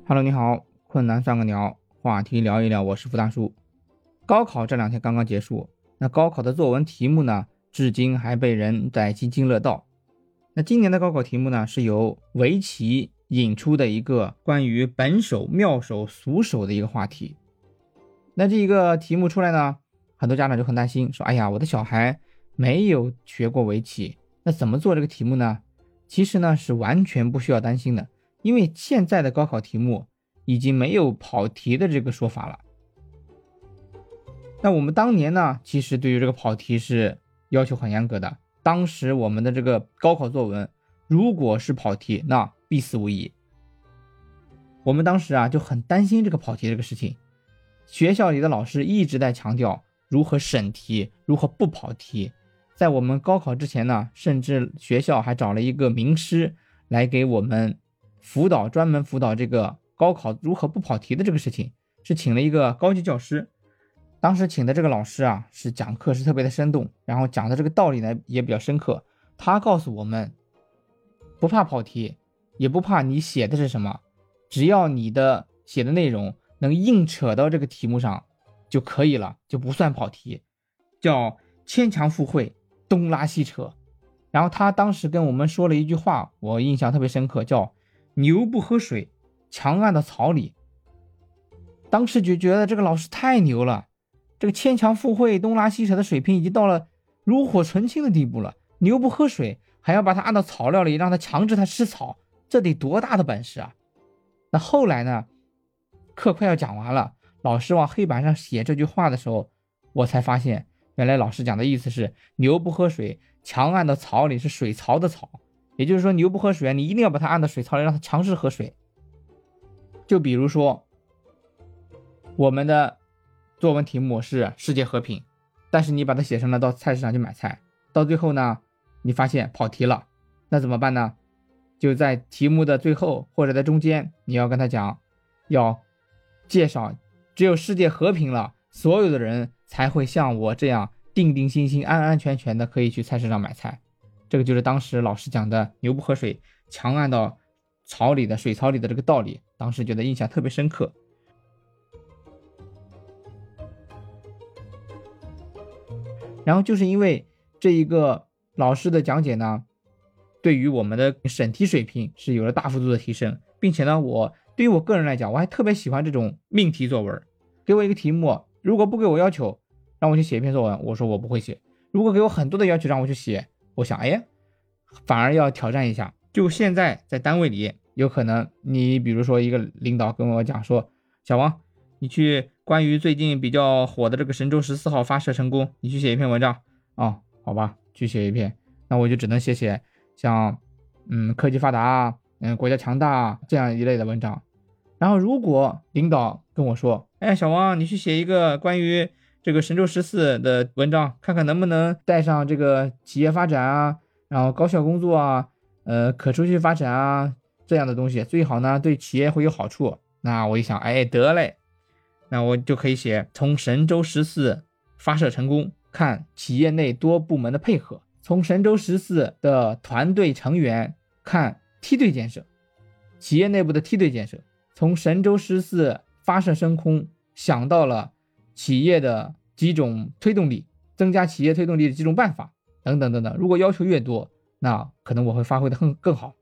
Hello，你好，困难算个鸟，话题聊一聊，我是福大叔。高考这2天刚刚结束，那高考的作文题目呢，至今还被人在津津乐道。那今年的高考题目呢，是由围棋引出的一个关于本手、妙手、俗手的一个话题。那这一个题目出来呢，很多家长就很担心，说：“哎呀，我的小孩没有学过围棋，那怎么做这个题目呢？”其实呢，是完全不需要担心的。因为现在的高考题目已经没有跑题的这个说法了。那我们当年呢，其实对于这个跑题是要求很严格的。当时我们的这个高考作文，如果是跑题，那必死无疑。我们当时就很担心这个跑题这个事情。学校里的老师一直在强调如何审题，如何不跑题。在我们高考之前呢，甚至学校还找了一个名师来给我们专门辅导这个高考如何不跑题的这个事情，是请了一个高级教师。当时请的这个老师是讲课是特别的生动，然后讲的这个道理呢也比较深刻。他告诉我们，不怕跑题，也不怕你写的是什么，只要你的写的内容能硬扯到这个题目上就可以了，就不算跑题，叫牵强附会，东拉西扯。然后他当时跟我们说了一句话，我印象特别深刻，叫牛不喝水，强按到草里。当时就觉得这个老师太牛了，这个牵强附会、东拉西扯的水平已经到了炉火纯青的地步了。牛不喝水，还要把它按到草料里，让它强制它吃草，这得多大的本事啊！那后来呢，课快要讲完了，老师往黑板上写这句话的时候，我才发现原来老师讲的意思是牛不喝水，强按到草里是水槽的草。也就是说，牛不喝水，你一定要把它按到水槽里，让它强制喝水。就比如说我们的作文题目是世界和平，但是你把它写成了到菜市场去买菜，到最后呢你发现跑题了，那怎么办呢？就在题目的最后或者在中间，你要跟他讲，要介绍只有世界和平了，所有的人才会像我这样定定心心安安全全的可以去菜市场买菜。这个就是当时老师讲的牛不喝水，强按到水槽里的这个道理，当时觉得印象特别深刻。然后就是因为这一个老师的讲解呢，对于我们的审题水平是有了大幅度的提升，并且呢，对于我个人来讲，我还特别喜欢这种命题作文。给我一个题目，如果不给我要求让我去写一篇作文，我说我不会写；如果给我很多的要求让我去写，我想反而要挑战一下。就现在在单位里，有可能你比如说一个领导跟我讲说，小王，你去关于最近比较火的这个神舟14号发射成功，你去写一篇文章好吧，去写一篇。那我就只能写像科技发达国家强大这样一类的文章。然后如果领导跟我说，小王，你去写一个关于这个神舟14的文章，看看能不能带上这个企业发展然后高效工作可持续发展这样的东西，最好呢对企业会有好处。那我一想，得嘞，那我就可以写从神舟14发射成功看企业内多部门的配合，从神舟14的团队成员看梯队建设，企业内部的梯队建设，从神舟14发射升空想到了企业的几种推动力，增加企业推动力的几种办法等等等等。如果要求越多，那可能我会发挥的更好。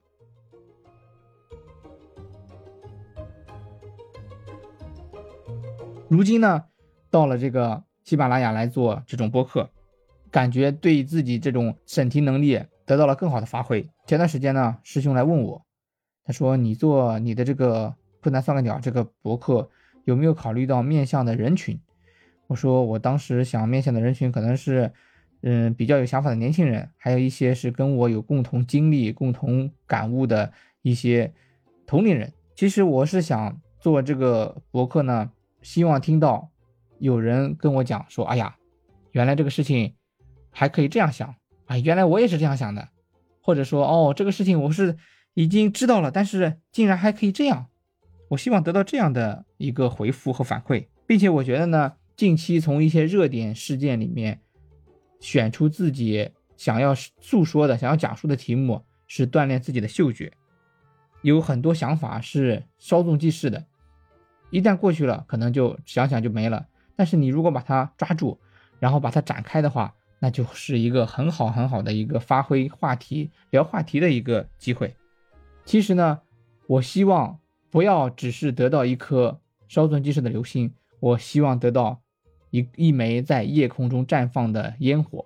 如今呢，到了这个喜马拉雅来做这种播客，感觉对自己这种审题能力得到了更好的发挥。前段时间呢，师兄来问我，他说你做你的这个困难算个鸟这个博客有没有考虑到面向的人群？我说我当时想面向的人群可能是比较有想法的年轻人，还有一些是跟我有共同经历共同感悟的一些同龄人。其实我是想做这个博客呢，希望听到有人跟我讲说，原来这个事情还可以这样想原来我也是这样想的，或者说这个事情我是已经知道了，但是竟然还可以这样。我希望得到这样的一个回复和反馈，并且我觉得呢，近期从一些热点事件里面选出自己想要诉说的想要讲述的题目，是锻炼自己的嗅觉。 有很多想法是稍纵即逝的，一旦过去了，可能就想想就没了。但是你如果把它抓住，然后把它展开的话，那就是一个很好很好的一个发挥话题、聊话题的一个机会。其实呢，我希望不要只是得到一颗稍纵即逝的流星，我希望得到一枚在夜空中绽放的烟火。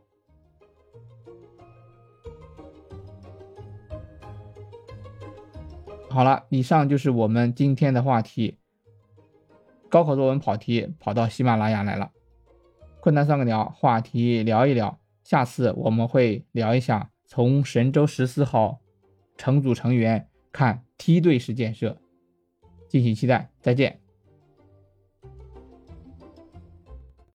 好了，以上就是我们今天的话题。高考作文跑题跑到喜马拉雅来了，困难算个鸟，话题聊一聊。下次我们会聊一下从神舟14号乘组成员看梯队式建设，敬请期待，再见。